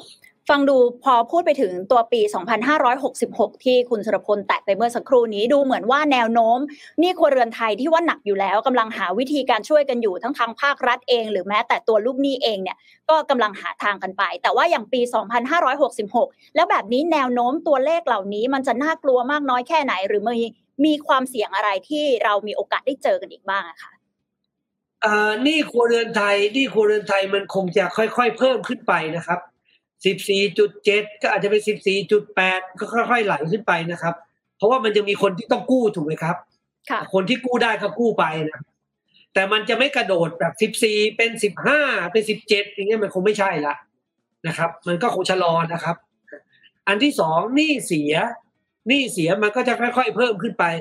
ฟังดูพอพูดไปถึงตัวปี 2566 ที่คุณสุรพลแตะไปเมื่อสักครู่นี้ดูเหมือนว่าแนวโน้มหนี้ครัวเรือนไทยที่ว่าหนักอยู่แล้วกำลังหาวิธีการช่วยกันอยู่ทั้งทางภาครัฐเองหรือแม้แต่ตัวลูกหนี้เองเนี่ยก็กำลังหาทางกันไปแต่ว่าอย่างปี 2566 แล้วแบบนี้แนวโน้มตัวเลขเหล่านี้มันจะน่ากลัวมากน้อยแค่ไหนหรือมีความเสี่ยงอะไรที่เรามีโอกาสได้เจอกันอีกบ้างอะคะหนี้ครัวเรือนไทยมันคงจะค่อยๆเพิ่มขึ้นไปนะครับ14.7ก็อาจจะเป็น14.8ก็ค่อยๆไหลขึ้นไปนะครับเพราะว่ามันจะมีคนที่ต้องกู้ถูกไหมครับคนที่กู้ได้ก็กู้ไปนะแต่มันจะไม่กระโดดแบบ14เป็น15เป็น17อย่างเงี้ยมันคงไม่ใช่ละนะครับมันก็คงชะลอนะครับอันที่สองหนี้เสียมันก็จะค่อยๆเพิ่มขึ้นไป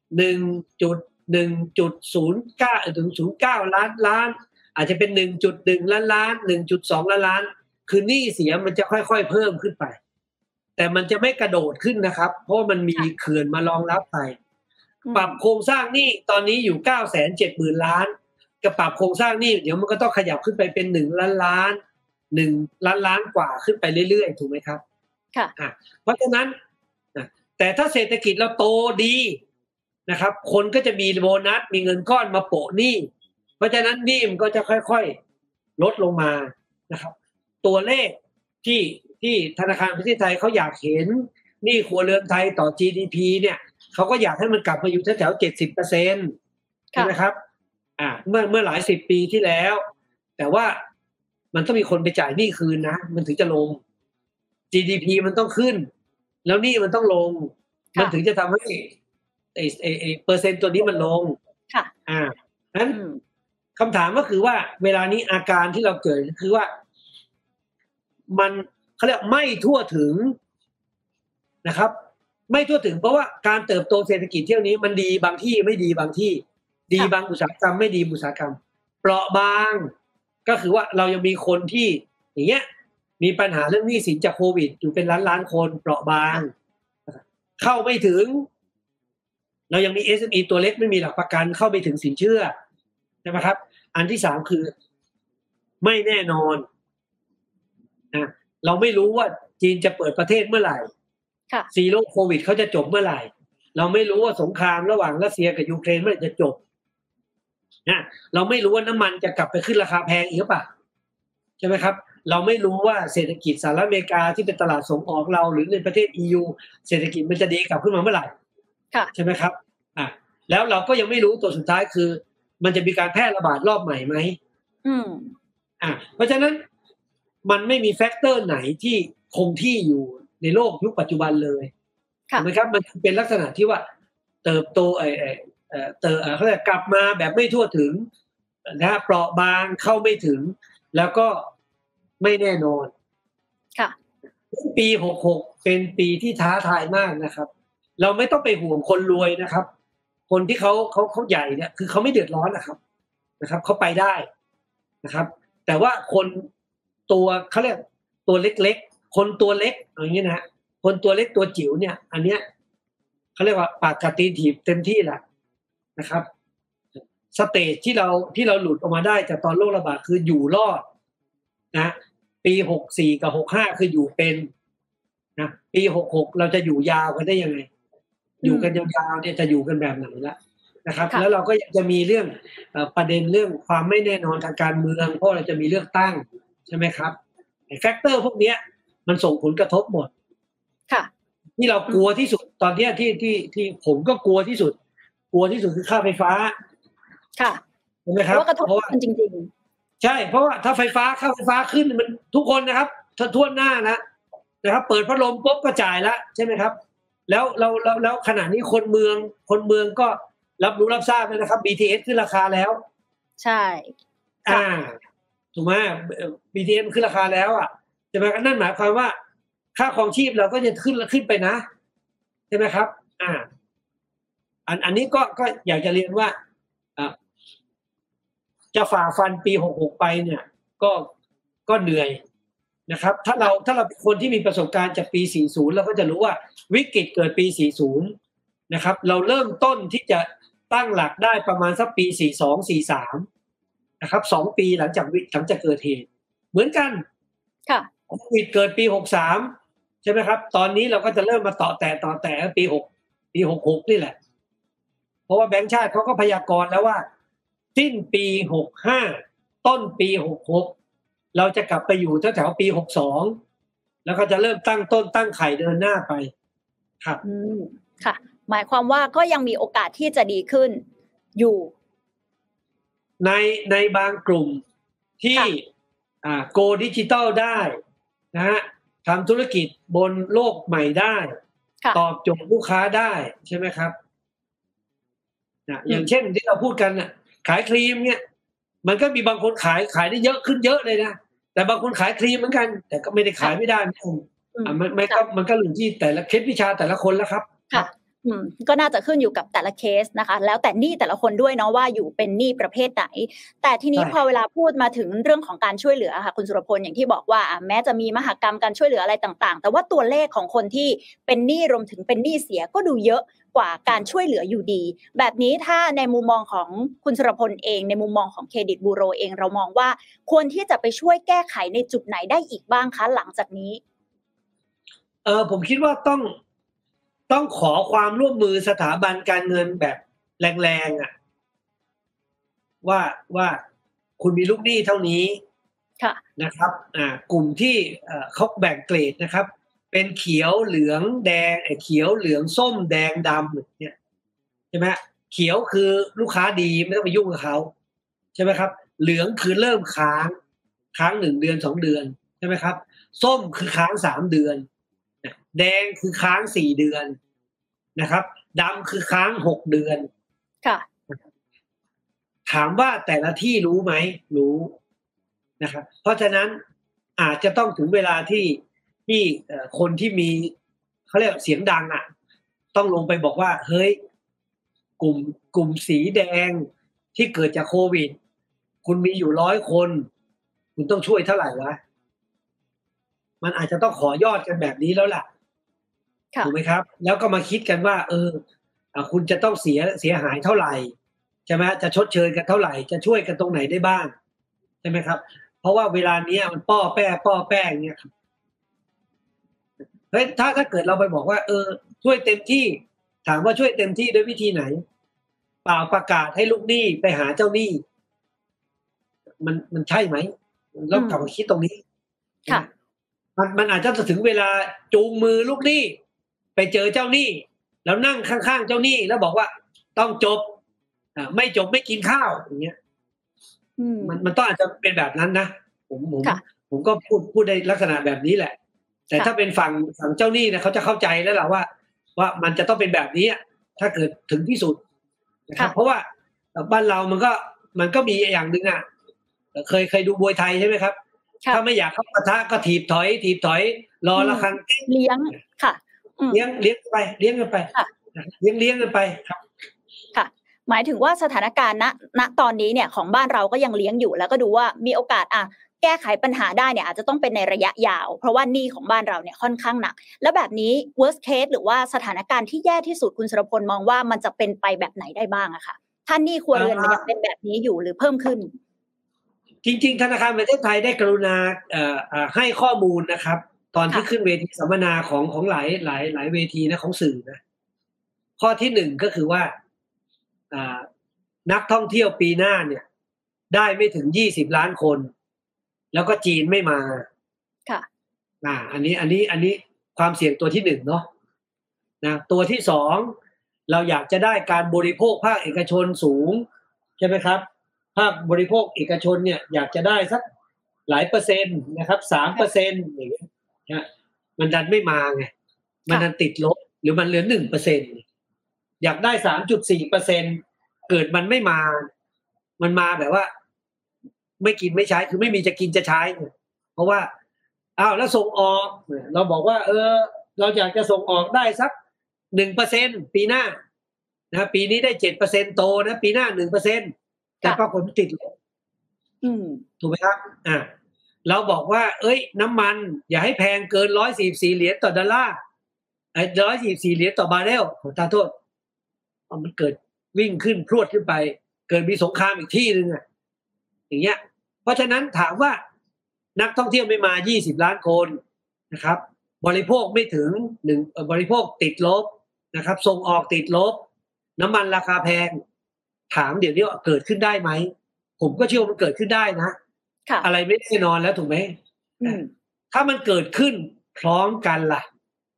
1.09ถึง09ล้านอาจจะเป็น1.1ล้าน 1.2ล้านคือหนี้เสียมันจะค่อยๆเพิ่มขึ้นไปแต่มันจะไม่กระโดดขึ้นนะครับเพราะมันมีเขื่อนมารองรับไปปรับโครงสร้างหนี้ตอนนี้อยู่ 970,000 ล้านกับปรับโครงสร้างหนี้เดี๋ยวมันก็ต้องขยับขึ้นไปเป็น1 ล้านล้าน1 ล้านล้านกว่าขึ้นไปเรื่อยๆถูกไหมครับค่ะเพราะฉะนั้นแต่ถ้าเศรษฐกิจเราโตดีนะครับคนก็จะมีโบนัสมีเงินก้อนมาโปะหนี้เพราะฉะนั้นหนี้มันก็จะค่อยๆลดลงมานะครับตัวเลขที่ธนาคารแห่งประเทศไทยเขาอยากเห็นหนี้ครัวเรือนไทยต่อ GDP เนี่ยเขาก็อยากให้มันกลับมาอยู่แถวๆ 70% ใช่ไหมครับเมื่อหลายสิบปีที่แล้วแต่ว่ามันต้องมีคนไปจ่ายหนี้คืนนะมันถึงจะลง GDP มันต้องขึ้นแล้วหนี้มันต้องลงมันถึงจะทำให้เปอร์เซ็นต์ตัวนี้มันลงนั้นคำถามก็คือว่าเวลานี้อาการที่เราเกิดคือว่ามันเขาเรียกไม่ทั่วถึงนะครับไม่ทั่วถึงเพราะว่าการเติบโตเศรษฐกิจเที่ยวนี้มันดีบางที่ไม่ดีบางที่ดีบางอุตสาหกรรมไม่ดีอุตสาหกรรมเปราะบางก็คือว่าเรายังมีคนที่อย่างเงี้ยมีปัญหาเรื่องหนี้สินจากโควิดอยู่เป็นล้านคนเปราะบางเข้าไม่ถึงเรายังมี SME ตัวเล็กไม่มีหลักประกันเข้าไปถึงสินเชื่อใช่ไหมครับอันที่สามคือไม่แน่นอนเราไม่รู้ว่าจีนจะเปิดประเทศเมื่อไหร่ซีโร่โควิดเขาจะจบเมื่อไหร่เราไม่รู้ว่าสงครามระหว่างรัสเซียกับยูเครนเมื่อไหร่จะจบเราไม่รู้ว่าน้ำมันจะกลับไปขึ้นราคาแพงอีกหรือเปล่าใช่ไหมครับเราไม่รู้ว่าเศรษฐกิจสหรัฐอเมริกาที่เป็นตลาดส่งออกเราหรือในประเทศ EU เศรษฐกิจมันจะดีกลับขึ้นมาเมื่อไหร่ใช่ไหมครับแล้วเราก็ยังไม่รู้ตัวสุดท้ายคือมันจะมีการแพร่ระบาดรอบใหม่ไหมเพราะฉะนั้นมันไม่มีแฟกเตอร์ไหนที่คงที่อยู่ในโลกยุคปัจจุบันเลยถูกไหมครับมันเป็นลักษณะที่ว่าเติบโตเขาเรียกกลับมาแบบไม่ทั่วถึงนะเปราะบางเข้าไม่ถึงแล้วก็ไม่แน่นอนปี66เป็นปีที่ท้าทายมากนะครับเราไม่ต้องไปห่วงคนรวยนะครับคนที่เขาใหญ่เนี่ยคือเขาไม่เดือดร้อนนะครับเขาไปได้นะครับแต่ว่าคนตัวเขาเรียกตัวเล็กๆคนตัวเล็กอย่างนี้นะคนตัวเล็กตัวจิ๋วเนี่ยอันเนี้ยเขาเรียกว่าปากกัดตีนถีบเต็มที่แหละนะครับสเตจที่เราหลุดออกมาได้จากตอนโรคระบาดคืออยู่รอดนะปี64กับ65คืออยู่เป็นนะปี66เราจะอยู่ยาวกันได้ยังไงอยู่กันยาวๆเนี่ยจะอยู่กันแบบไหนละนะครับแล้วเราก็จะมีเรื่องประเด็นเรื่องความไม่แน่นอนทางการเมืองเพราะเราจะมีเลือกตั้งใช่ไหมครับแฟกเตอร์พวกนี้มันส่งผลกระทบหมดที่เรากลัวที่สุดตอนนี้ที่ผมก็กลัวที่สุดคือค่าไฟฟ้าใช่ไหมครับเพราะว่าจริงๆใช่เพราะว่าถ้าค่าไฟฟ้าขึ้นมันทุกคนนะครับทั่วหน้านะครับเปิดพัดลมปุ๊บก็จ่ายแล้วใช่ไหมครับแล้วขณะนี้คนเมืองก็รับรู้รับทราบนะครับ BTS ขึ้นราคาแล้วใช่ถูกไหม BTS ขึ้นราคาแล้วใช่ไหมนั่นหมายความว่าค่าครองชีพเราก็จะขึ้นไปนะใช่ไหมครับอันนี้ก็อยากจะเรียนว่าจะฝ่าฟันปี66ไปเนี่ยก็เหนื่อยนะครับถ้าเราเป็นคนที่มีประสบการณ์จากปี40เราก็จะรู้ว่าวิกฤตเกิดปี40นะครับเราเริ่มต้นที่จะตั้งหลักได้ประมาณสักปี42 43นะครับ2ปีหลังจากเกิดเหตุเหมือนกันโควิดเกิดปี63ใช่ไหมครับตอนนี้เราก็จะเริ่มมาต่อแต่ปี66นี่แหละเพราะว่าแบงก์ชาติเขาก็พยากรณ์แล้วว่าสิ้นปี65ต้นปี66เราจะกลับไปอยู่แถวปี62แล้วก็จะเริ่มตั้งต้นตั้งไข่เดินหน้าไปครับค่ะหมายความว่าก็ยังมีโอกาสที่จะดีขึ้นอยู่ในบางกลุ่มที่โกดิจิตอลได้นะฮะทำธุรกิจบนโลกใหม่ได้ตอบโจทย์ลูกค้าได้ใช่ไหมครับอย่างเช่นที่เราพูดกันขายครีมเนี่ยมันก็มีบางคนขายได้เยอะขึ้นเยอะเลยนะแต่บางคนขายครีมเหมือนกันแต่ก็ไม่ได้ขายไม่ได้มันก็อยู่ที่แต่ละเคล็ดวิชาแต่ละคนแล้วครับค่ะก็น่าจะขึ้นอยู่กับแต่ละเคสนะคะแล้วแต่หนี้แต่ละคนด้วยเนาะว่าอยู่เป็นหนี้ประเภทไหนแต่ทีนี้พอเวลาพูดมาถึงเรื่องของการช่วยเหลือค่ะคุณสุรพลอย่างที่บอกว่าแม้จะมีมหกรรมการช่วยเหลืออะไรต่างๆแต่ว่าตัวเลขของคนที่เป็นหนี้รวมถึงเป็นหนี้เสียก็ดูเยอะกว่าการช่วยเหลืออยู่ดีแบบนี้ถ้าในมุมมองของคุณสุรพลเองในมุมมองของเครดิตบูโรเองเรามองว่าควรที่จะไปช่วยแก้ไขในจุดไหนได้อีกบ้างคะหลังจากนี้ผมคิดว่าต้องขอความร่วมมือสถาบันการเงินแบบแรงๆว่าคุณมีลูกหนี้เท่านี้นะครับกลุ่มที่เขาแบ่งเกรดนะครับเป็นเขียวเหลืองแดงเขียวเหลืองส้มแดงดำเนี่ยใช่ไหมเขียวคือลูกค้าดีไม่ต้องไปยุ่งกับเขาใช่ไหมครับเหลืองคือเริ่มค้าง1 เดือน2 เดือนใช่ไหมครับส้มคือค้าง3 เดือนแดงคือค้าง4 เดือนนะครับดำคือค้าง6 เดือนค่ะถามว่าแต่ละที่รู้ไหมรู้นะครับเพราะฉะนั้นอาจจะต้องถึงเวลาที่คนที่มีเขาเรียกเสียงดังต้องลงไปบอกว่าเฮ้ยกลุ่มสีแดงที่เกิดจากโควิดคุณมีอยู่100 คนคุณต้องช่วยเท่าไหร่วะมันอาจจะต้องขอยอดกันแบบนี้แล้วล่ะถูกไหมครับแล้วก็มาคิดกันว่าคุณจะต้องเสียหายเท่าไหร่ใช่ไหมจะชดเชยกันเท่าไหร่จะช่วยกันตรงไหนได้บ้างใช่ไหมครับเพราะว่าเวลานี้มันป้อแป้อย่างเงี้ยครับเฮ้ยถ้าเกิดเราไปบอกว่าช่วยเต็มที่ถามว่าช่วยเต็มที่ด้วยวิธีไหนเปล่าประกาศให้ลูกหนี้ไปหาเจ้าหนี้มันใช่ไหมเรากลับมาคิดตรงนี้ค่ะมันอาจจะถึงเวลาจูงมือลูกหนี้ไปเจอเจ้าหนี้แล้วนั่งข้างๆเจ้าหนี้แล้วบอกว่าต้องจบไม่จบไม่กินข้าวอย่างเงี้ยมันต้องอาจจะเป็นแบบนั้นนะผมก็พูดในลักษณะแบบนี้แหละแต่ถ้าเป็นฝั่งเจ้าหนี้เนี่ยเขาจะเข้าใจแล้วล่ะว่ามันจะต้องเป็นแบบนี้ถ้าเกิดถึงที่สุดนะครับเพราะว่าบ้านเรามันก็มีอย่างนึงเคยดูมวยไทยใช่ไหมครับถ้าไม่อยากเข้าปะทะก็ถีบถอยรอละครั้งเลี้ยงค่ะเลี้ยงกันไปเลี้ยงกันไปเลี้ยงกันไปครับค่ะหมายถึงว่าสถานการณ์ณตอนนี้เนี่ยของบ้านเราก็ยังเลี้ยงอยู่แล้วก็ดูว่ามีโอกาสแก้ไขปัญหาได้เนี่ยอาจจะต้องเป็นในระยะยาวเพราะว่าหนี้ของบ้านเราเนี่ยค่อนข้างหนักแล้วแบบนี้ worst case หรือว่าสถานการณ์ที่แย่ที่สุดคุณสุรพลมองว่ามันจะเป็นไปแบบไหนได้บ้างอะค่ะถ้าหนี้ครัวเรือนมันยังเป็นแบบนี้อยู่หรือเพิ่มขึ้นจริงๆธนาคารประเทศไทยได้กรุณาให้ข้อมูลนะครับตอนที่ขึ้นเวทีสัมมนาของหลายเวทีนะของสื่อนะข้อที่1ก็คือว่านักท่องเที่ยวปีหน้าเนี่ยได้ไม่ถึง20 ล้านคนแล้วก็จีนไม่มาค่ะอันนี้ความเสี่ยงตัวที่1เนาะนะตัวที่2เราอยากจะได้การบริโภคภาคเอกชนสูงใช่ไหมครับภาคบริโภคเอกชนเนี่ยอยากจะได้สักหลายเปอร์เซ็นต์นะครับ3%อย่างเงี้ยนะมันดันไม่มาไงมันดันติดลบหรือมันเหลือ 1%อยากได้ 3.4% เกิดมันไม่มามันมาแบบว่าไม่กินไม่ใช้คือไม่มีจะกินจะใช้เพราะว่าแล้วส่งออกเราบอกว่าเราอยากจะส่งออกได้สัก 1% ปีหน้านะปีนี้ได้ 7% โตนะปีหน้า 1%แต่ปรากฏติดลบถูกไหมครับเราบอกว่าน้ำมันอย่าให้แพงเกิน$144ต่อดอลลาร์$144ต่อบาร์เรลขอโทษมันเกิดวิ่งขึ้นพรวดขึ้นไปเกิดมีสงครามอีกที่นึงอย่างเงี้ยเพราะฉะนั้นถามว่านักท่องเที่ยวไม่มา20ล้านคนนะครับบริโภคไม่ถึงบริโภคติดลบนะครับส่งออกติดลบน้ำมันราคาแพงถามเดี๋ยวนี้เกิดขึ้นได้ไหมผมก็เชื่อว่ามันเกิดขึ้นได้นะอะไรไม่แน่นอนแล้วถูกไหมถ้ามันเกิดขึ้นพร้อมกันล่ะ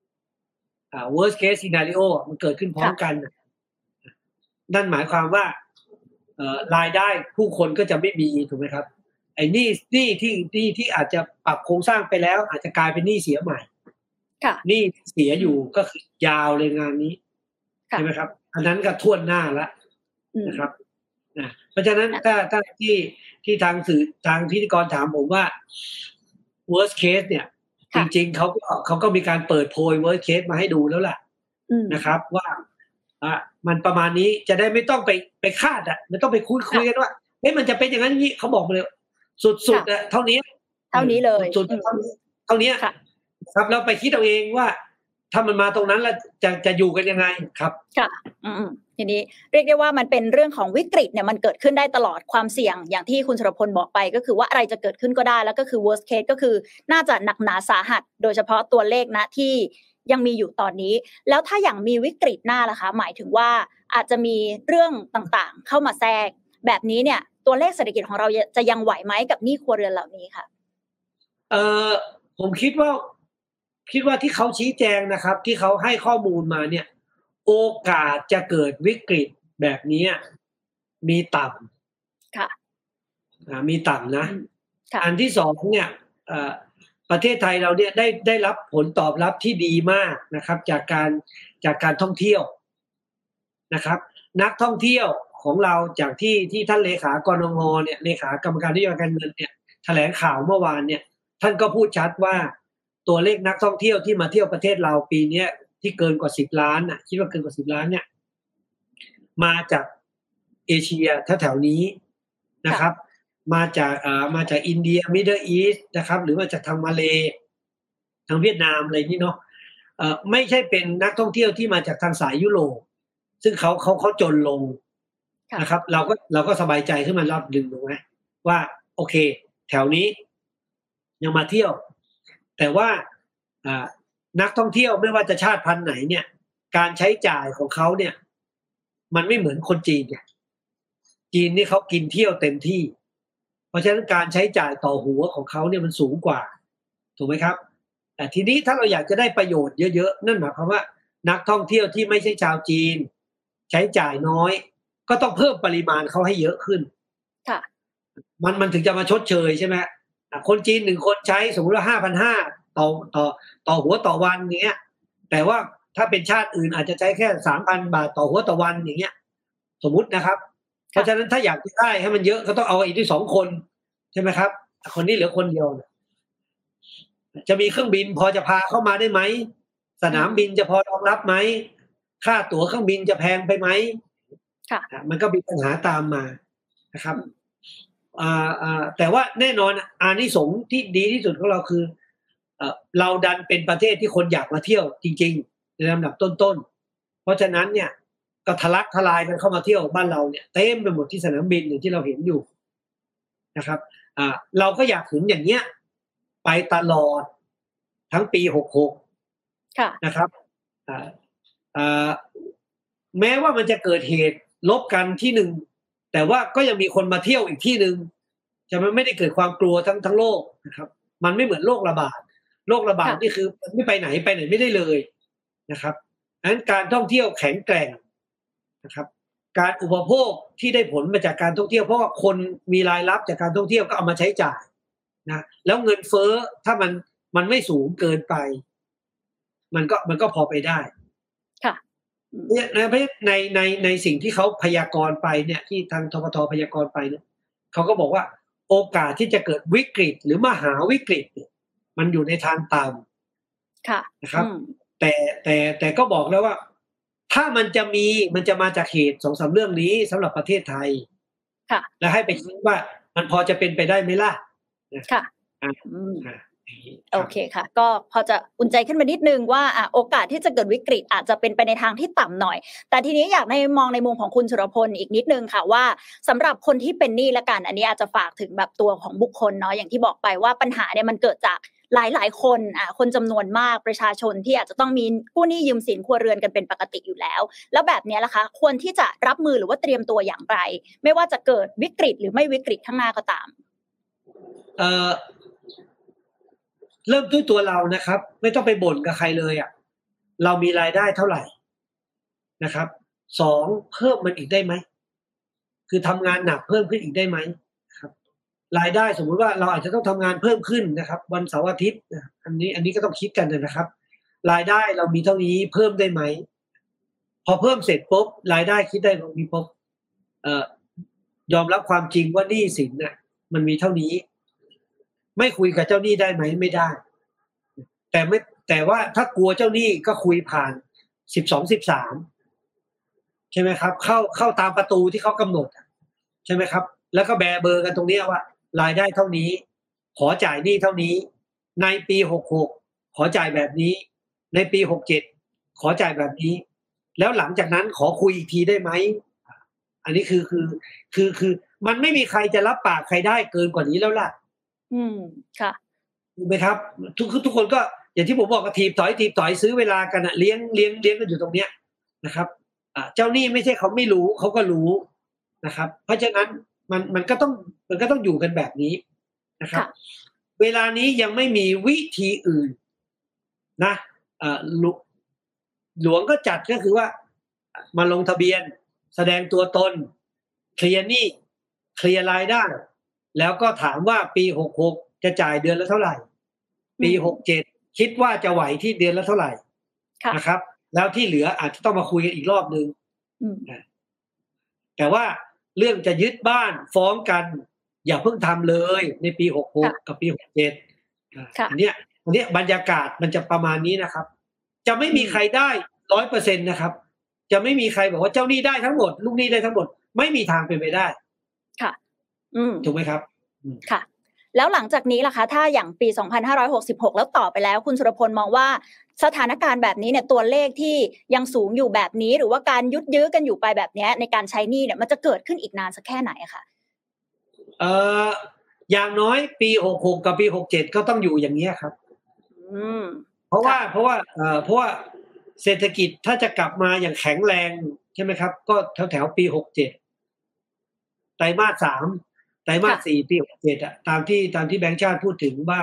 worst case scenario มันเกิดขึ้นพร้อมกันนั่นหมายความว่ารายได้ผู้คนก็จะไม่มีถูกไหมครับไอ้หนี้ที่อาจจะปรับโครงสร้างไปแล้วอาจจะกลายเป็นหนี้เสียใหม่หนี้เสียอยู่ก็คือยาวเลยงานนี้ใช่ไหมครับอันนั้นก็ท่วนหน้าละนะครับเพราะฉะนั้นถ้าที่ทางสื่อทางพิธีกรถามผมว่า worst case เนี่ยจริงๆเขาก็มีการเปิดโพย worst case มาให้ดูแล้วล่ะนะครับว่ามันประมาณนี้จะได้ไม่ต้องไปคาดไม่ต้องไปคุยกันว่ามันจะเป็นอย่างนั้นนี้เขาบอกมาเลยสุดๆเท่านี้เลยสุดเท่านี้ครับแล้วไปคิดเอาเองว่าถ้ามันมาตรงนั้นแล้วจะอยู่กันยังไงครับค่ะทีนี้เรียกได้ว่ามันเป็นเรื่องของวิกฤตเนี่ยมันเกิดขึ้นได้ตลอดความเสี่ยงอย่างที่คุณสุรพลบอกไปก็คือว่าอะไรจะเกิดขึ้นก็ได้แล้วก็คือ worst case ก็คือน่าจะหนักหนาสาหัสโดยเฉพาะตัวเลขนะที่ยังมีอยู่ตอนนี้แล้วถ้าอย่างมีวิกฤตหน้าล่ะคะหมายถึงว่าอาจจะมีเรื่องต่างๆเข้ามาแทรกแบบนี้เนี่ยตัวเลขเศรษฐกิจของเราจะยังไหวไหมกับหนี้ครัวเรือนเหล่านี้ค่ะผมคิดว่าที่เขาชี้แจงนะครับที่เขาให้ข้อมูลมาเนี่ยโอกาสจะเกิดวิกฤตแบบนี้มีต่ำค่ะมีต่ำนะอันที่สองเนี่ยประเทศไทยเราเนี่ยได้รับผลตอบรับที่ดีมากนะครับจากการท่องเที่ยวนะครับนักท่องเที่ยวของเราจากที่ท่านเลขากนงเนี่ยเลขากรรมการนโยบายการเงินเนี่ยแถลงข่าวเมื่อวานเนี่ยท่านก็พูดชัดว่าตัวเลขนักท่องเที่ยวที่มาเที่ยวประเทศเราปีนี้ที่เกินกว่า10ล้านคิดว่าเกินกว่า10ล้านเนี่ยมาจากเอเชียแถวๆนี้นะครับมาจากอินเดียมิดเดิลอีสต์นะครับหรือมาจากทางมาเลทางเวียดนามอะไรนี่เนาะไม่ใช่เป็นนักท่องเที่ยวที่มาจากทางสายยุโรปซึ่งเขาจนลงนะครับเราก็สบายใจขึ้นมารอบนึงถูกไหมว่าโอเคแถวนี้ยังมาเที่ยวแต่ว่านักท่องเที่ยวไม่ว่าจะชาติพันธุ์ไหนเนี่ยการใช้จ่ายของเขาเนี่ยมันไม่เหมือนคนจีนเนี่ยจีนนี่เขากินเที่ยวเต็มที่เพราะฉะนั้นการใช้จ่ายต่อหัวของเขาเนี่ยมันสูงกว่าถูกไหมครับแต่ทีนี้ถ้าเราอยากจะได้ประโยชน์เยอะๆนั่นหมายความว่านักท่องเที่ยวที่ไม่ใช่ชาวจีนใช้จ่ายน้อยก็ต้องเพิ่มปริมาณเขาให้เยอะขึ้นค่ะมันถึงจะมาชดเชยใช่ไหมคนจีน1คนใช้สมมติว่า 5,500 ต่อหัวต่อวันอย่างเงี้ยแต่ว่าถ้าเป็นชาติอื่นอาจจะใช้แค่ 3,000 บาทต่อหัวต่อวันอย่างเงี้ยสมมุตินะครับเพราะฉะนั้นถ้าอยากจะได้ให้มันเยอะก็ต้องเอาอีกที่2คนใช่ไหมครับคนนี้เหลือคนเดียวจะมีเครื่องบินพอจะพาเข้ามาได้ไหมสนามบินจะพอรองรับไหมค่าตั๋วเครื่องบินจะแพงไปไหมมันก็มีปัญหาตามมานะครับแต่ว่าแน่นอนอานิสงส์ที่ดีที่สุดของเราคือเราดันเป็นประเทศที่คนอยากมาเที่ยวจริงๆในลำดับต้นๆเพราะฉะนั้นเนี่ยก็ทะลักทลายกันเข้ามาเที่ยวบ้านเราเนี่ยเต็มไปหมดที่สนามบินอย่างที่เราเห็นอยู่นะครับเราก็อยากเห็นอย่างเงี้ยไปตลอดทั้งปี66นะครับแม้ว่ามันจะเกิดเหตุลบกันที่หนึ่งแต่ว่าก็ยังมีคนมาเที่ยวอีกที่หนึ่งจะไม่ได้เกิดความกลัวทั้งโลกนะครับมันไม่เหมือนโรคระบาดนี่คือไม่ไปไหนไม่ได้เลยนะครับงั้นการท่องเที่ยวแข็งแกร่งนะครับการอุปโภคที่ได้ผลมาจากการท่องเที่ยวเพราะว่าคนมีรายรับจากการท่องเที่ยวก็เอามาใช้จ่ายนะแล้วเงินเฟ้อถ้ามันไม่สูงเกินไปมันก็พอไปได้ค่ะในสิ่งที่เขาพยากรณ์ไปเนี่ยที่ทางธปทพยากรณ์ไปเนี่ยเขาก็บอกว่าโอกาสที่จะเกิดวิกฤตหรือมหาวิกฤตเนี่ยมันอยู่ในทางต่ำค่ะนะครับแต่ก็บอกแล้วว่าถ้ามันจะมาจากเหตุ 2-3 เรื่องนี้สำหรับประเทศไทยค่ะแล้วให้ไปคิดว่ามันพอจะเป็นไปได้ไหมล่ะค่ะโอเคค่ะก็พอจะอุ่นใจขึ้นมานิดนึงว่าโอกาสที่จะเกิดวิกฤตอาจจะเป็นไปในทางที่ต่ำหน่อยแต่ทีนี้อยากมองในมุมของคุณสุรพลอีกนิดนึงค่ะว่าสำหรับคนที่เป็นหนี้ละกันอันนี้อาจจะฝากถึงแบบตัวของบุคคลเนาะอย่างที่บอกไปว่าปัญหาเนี่ยมันเกิดจากหลายคนคนจำนวนมากประชาชนที่อาจจะต้องมีกู้หนี้ยืมสินครัวเรือนกันเป็นปกติอยู่แล้วแล้วแบบนี้ล่ะคะควรที่จะรับมือหรือว่าเตรียมตัวอย่างไรไม่ว่าจะเกิดวิกฤตหรือไม่วิกฤตข้างหน้าก็ตามเริ่มด้วยตัวเรานะครับไม่ต้องไปบ่นกับใครเลยเรามีรายได้เท่าไหร่นะครับ2เพิ่มมันอีกได้ไหมคือทำงานหนักเพิ่มขึ้นอีกได้ไหมครับรายได้สมมุติว่าเราอาจจะต้องทำงานเพิ่มขึ้นนะครับวันเสาร์อาทิตย์อันนี้ก็ต้องคิดกันนะครับรายได้เรามีเท่านี้เพิ่มได้ไหมพอเพิ่มเสร็จปุ๊บรายได้คิดได้มีปุ๊บยอมรับความจริงว่าหนี้สินมันมีเท่านี้ไม่คุยกับเจ้าหนี้ได้ไหมไม่ได้แต่ว่าถ้ากลัวเจ้าหนี้ก็คุยผ่าน12-13ใช่ไหมครับเข้าตามประตูที่เขากำหนดใช่ไหมครับแล้วก็แบเบอร์กันตรงนี้ว่ารายได้เท่านี้ขอจ่ายหนี้เท่านี้ในปี66ขอจ่ายแบบนี้ในปี67ขอจ่ายแบบนี้แล้วหลังจากนั้นขอคุยอีกทีได้ไหมอันนี้คือมันไม่มีใครจะรับปากใครได้เกินกว่านี้แล้วล่ะค่ะถูกไหมครับทุกคนก็อย่างที่ผมบอกกับทีบต่อยซื้อเวลากันเลี้ยงกันอยู่ตรงเนี้ยนะครับเจ้าหนี้ไม่ใช่เขาไม่รู้เขาก็รู้นะครับเพราะฉะนั้นมันก็ต้องอยู่กันแบบนี้นะครับเวลานี้ยังไม่มีวิธีอื่นนะหลวงก็จัดก็คือว่ามาลงทะเบียนแสดงตัวตนเคลียร์หนี้เคลียร์รายได้แล้วก็ถามว่าปี66จะจ่ายเดือนละเท่าไหร่ปี67คิดว่าจะไหวที่เดือนละเท่าไหร่นะครับแล้วที่เหลืออาจจะต้องมาคุยกันอีกรอบนึงแต่ว่าเรื่องจะยึดบ้านฟ้องกันอย่าเพิ่งทำเลยในปี66กับปี67อันเนี้ยบรรยากาศมันจะประมาณนี้นะครับจะไม่มีใครได้ 100% นะครับจะไม่มีใครบอกว่าเจ้าหนี้ได้ทั้งหมดลูกหนี้ได้ทั้งหมดไม่มีทางเป็นไปได้ค่ะถูกไหมครับค่ะแล้วหลังจากนี้ล่ะคะถ้าอย่างปี2566แล้วต่อไปแล้วคุณสุรพลมองว่าสถานการณ์แบบนี้เนี่ยตัวเลขที่ยังสูงอยู่แบบนี้หรือว่าการยึดยื้อกันอยู่ไปแบบนี้ในการใช้หนี้เนี่ยมันจะเกิดขึ้นอีกนานสักแค่ไหนอะคะอย่างน้อยปี66กับปี67ก็ต้องอยู่อย่างนี้ครับเพราะว่าเศรษฐกิจถ้าจะกลับมาอย่างแข็งแรงใช่ไหมครับก็แถวปี67ไตรมาส3ไตรมาส4ปี67ตามที่แบงก์ชาติพูดถึงว่า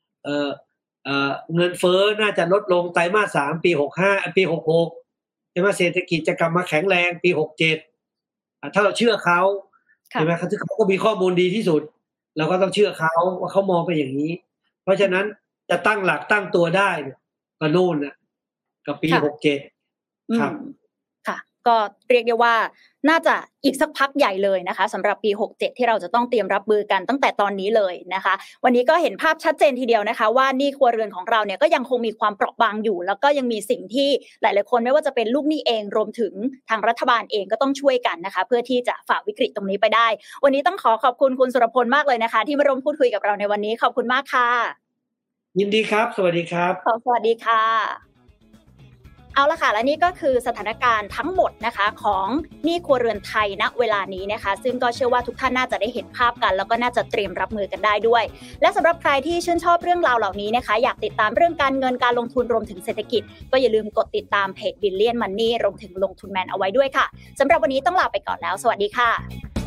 เงินเฟ้อน่าจะลดลงไตรมาส3ปี65ปี66ใช่ไหมเศรษฐกิจจะกลับมาแข็งแรงปี67ถ้าเราเชื่อเขาใช่ไหมครับเขาก็มีข้อมูลดีที่สุดเราก็ต้องเชื่อเขาว่าเขามองไปอย่างนี้เพราะฉะนั้นจะตั้งหลักตั้งตัวได้ก็นู่นกับปี67ครับค่ะก็เรียกได้ว่าน่าจะอีกสักพักใหญ่เลยนะคะสำหรับปี67ที่เราจะต้องเตรียมรับมือกันตั้งแต่ตอนนี้เลยนะคะวันนี้ก็เห็นภาพชัดเจนทีเดียวนะคะว่าหนี้ครัวเรือนของเราเนี่ยก็ยังคงมีความเปราะบางอยู่แล้วก็ยังมีสิ่งที่หลายๆคนไม่ว่าจะเป็นลูกหนี้เองรวมถึงทางรัฐบาลเองก็ต้องช่วยกันนะคะเพื่อที่จะฝ่าวิกฤตตรงนี้ไปได้วันนี้ต้องขอบคุณคุณสุรพลมากเลยนะคะที่มาร่วมพูดคุยกับเราในวันนี้ขอบคุณมากค่ะยินดีครับสวัสดีครับสวัสดีค่ะเอาละค่ะและนี่ก็คือสถานการณ์ทั้งหมดนะคะของหนี้ครัวเรือนไทยณเวลานี้นะคะซึ่งก็เชื่อว่าทุกท่านน่าจะได้เห็นภาพกันแล้วก็น่าจะเตรียมรับมือกันได้ด้วยและสำหรับใครที่ชื่นชอบเรื่องราวเหล่านี้นะคะอยากติดตามเรื่องการเงินการลงทุนรวมถึงเศรษฐกิจก็อย่าลืมกดติดตามเพจ Billion Money รวมถึงลงทุนแมนเอาไว้ด้วยค่ะสำหรับวันนี้ต้องลาไปก่อนแล้วสวัสดีค่ะ